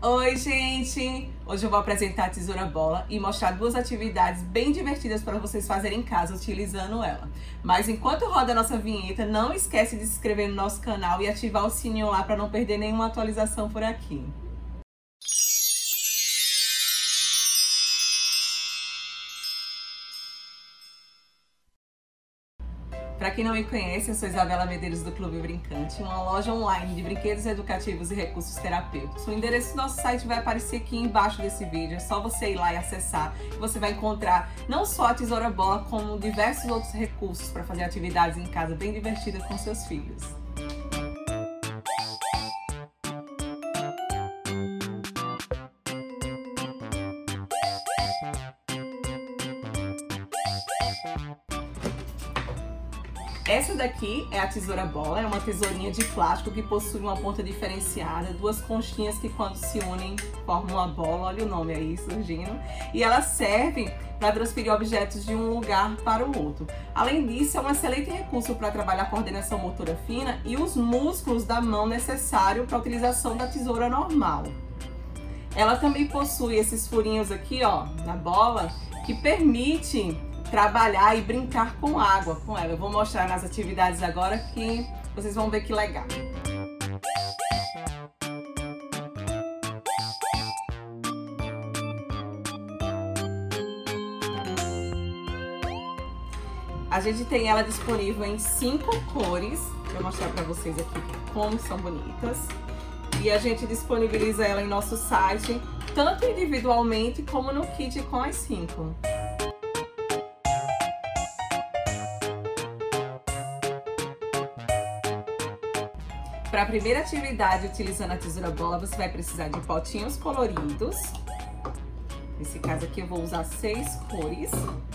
Oi, gente! Hoje eu vou apresentar a tesoura bola e mostrar duas atividades bem divertidas para vocês fazerem em casa utilizando ela. Mas enquanto roda a nossa vinheta, não esquece de se inscrever no nosso canal e ativar o sininho lá para não perder nenhuma atualização por aqui. Para quem não me conhece, eu sou Isabela Medeiros do Clube Brincante, uma loja online de brinquedos educativos e recursos terapêuticos. O endereço do nosso site vai aparecer aqui embaixo desse vídeo, é só você ir lá e acessar. Você vai encontrar não só a tesoura bola, como diversos outros recursos para fazer atividades em casa bem divertidas com seus filhos. Essa daqui é a tesoura bola, é uma tesourinha de plástico que possui uma ponta diferenciada, duas conchinhas que quando se unem formam uma bola, olha o nome aí surgindo, e elas servem para transferir objetos de um lugar para o outro. Além disso, é um excelente recurso para trabalhar a coordenação motora fina e os músculos da mão necessário para a utilização da tesoura normal. Ela também possui esses furinhos aqui, ó, na bola, que permite trabalhar e brincar com água com ela. Eu vou mostrar nas atividades agora que vocês vão ver que legal. A gente tem ela disponível em 5 cores. Vou mostrar para vocês aqui como são bonitas. E a gente disponibiliza ela em nosso site, tanto individualmente como no kit com as 5. Para a primeira atividade, utilizando a tesoura bola, você vai precisar de potinhos coloridos. Nesse caso aqui eu vou usar 6 cores.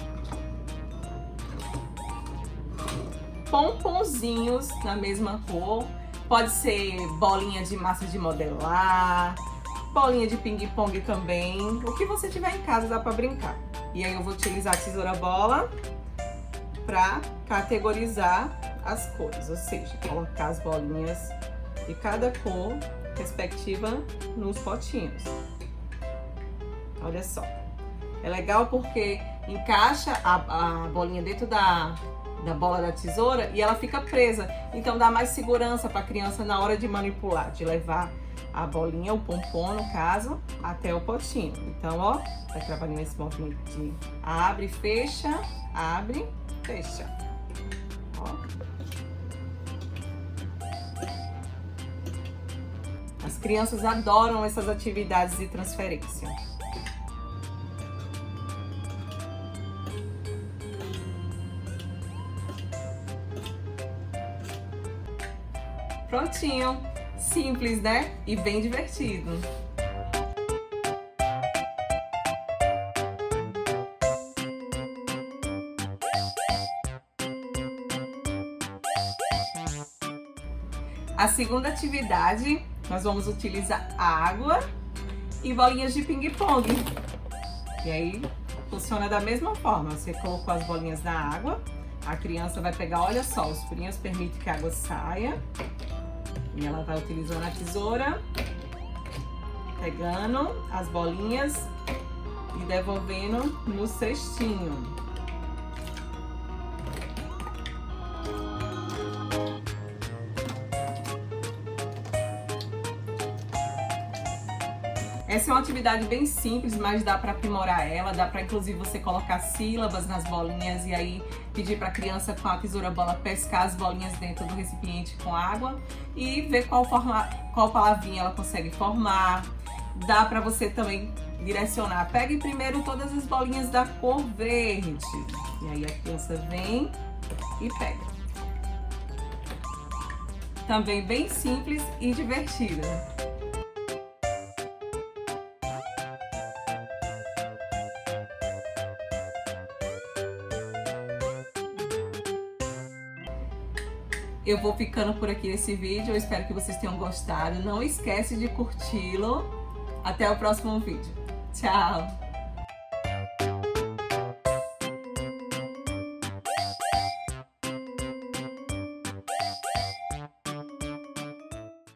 Pomponzinhos na mesma cor. Pode ser bolinha de massa de modelar, bolinha de ping-pong também. O que você tiver em casa dá para brincar. E aí eu vou utilizar a tesoura bola para categorizar as cores, ou seja, colocar as bolinhas de cada cor respectiva nos potinhos. Olha só, é legal porque encaixa a bolinha dentro da bola da tesoura e ela fica presa, então dá mais segurança para a criança na hora de manipular, de levar a bolinha, o pompom no caso, até o potinho. Então, ó, vai trabalhando esse movimento de abre, fecha, ó. As crianças adoram essas atividades de transferência. Prontinho! Simples, né? E bem divertido. A segunda atividade, nós vamos utilizar água e bolinhas de ping-pong. E aí, funciona da mesma forma. Você colocou as bolinhas na água, a criança vai pegar, olha só, os furinhos permitem que a água saia. E ela vai utilizando a tesoura, pegando as bolinhas e devolvendo no cestinho. Essa é uma atividade bem simples, mas dá para aprimorar ela, dá para inclusive você colocar sílabas nas bolinhas e aí pedir para a criança com a tesoura bola pescar as bolinhas dentro do recipiente com água e ver qual palavrinha ela consegue formar. Dá para você também direcionar, pegue primeiro todas as bolinhas da cor verde e aí a criança vem e pega. Também bem simples e divertida. Eu vou ficando por aqui nesse vídeo, eu espero que vocês tenham gostado. Não esquece de curti-lo. Até o próximo vídeo. Tchau!